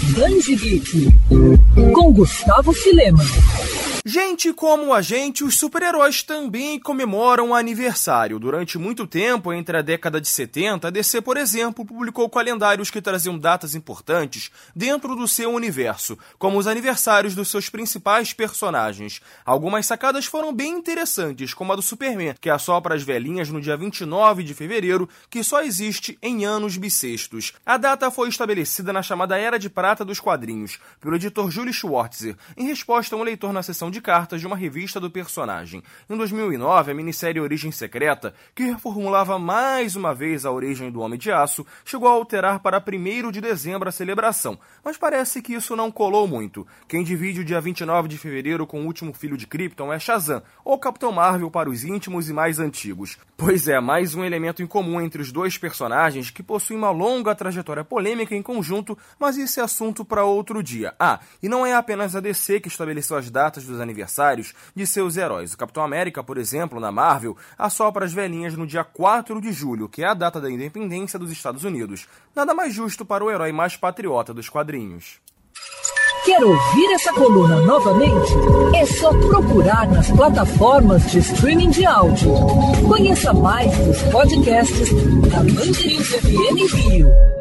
Danji Geek, com Gustavo Filema. Gente como a gente, os super-heróis também comemoram aniversário. Durante muito tempo, entre a década de 70, a DC, por exemplo, publicou calendários que traziam datas importantes dentro do seu universo, como os aniversários dos seus principais personagens. Algumas sacadas foram bem interessantes, como a do Superman, que assopra as velhinhas no dia 29 de fevereiro, que só existe em anos bissextos. A data foi estabelecida na chamada Era de Prata dos quadrinhos, pelo editor Julie Schwartzer, em resposta a um leitor na sessão de cartas de uma revista do personagem. Em 2009, a minissérie Origem Secreta, que reformulava mais uma vez a origem do Homem de Aço, chegou a alterar para 1º de dezembro a celebração, mas parece que isso não colou muito. Quem divide o dia 29 de fevereiro com o último filho de Krypton é Shazam, ou Capitão Marvel para os íntimos e mais antigos. Pois é, mais um elemento em comum entre os dois personagens que possuem uma longa trajetória polêmica em conjunto, mas esse é assunto para outro dia. E não é apenas a DC que estabeleceu as datas dos aniversários de seus heróis. O Capitão América, por exemplo, na Marvel, assopra as velhinhas no dia 4 de julho, que é a data da independência dos Estados Unidos. Nada mais justo para o herói mais patriota dos quadrinhos. Quer ouvir essa coluna novamente? É só procurar nas plataformas de streaming de áudio. Conheça mais dos podcasts da Band News FM Rio.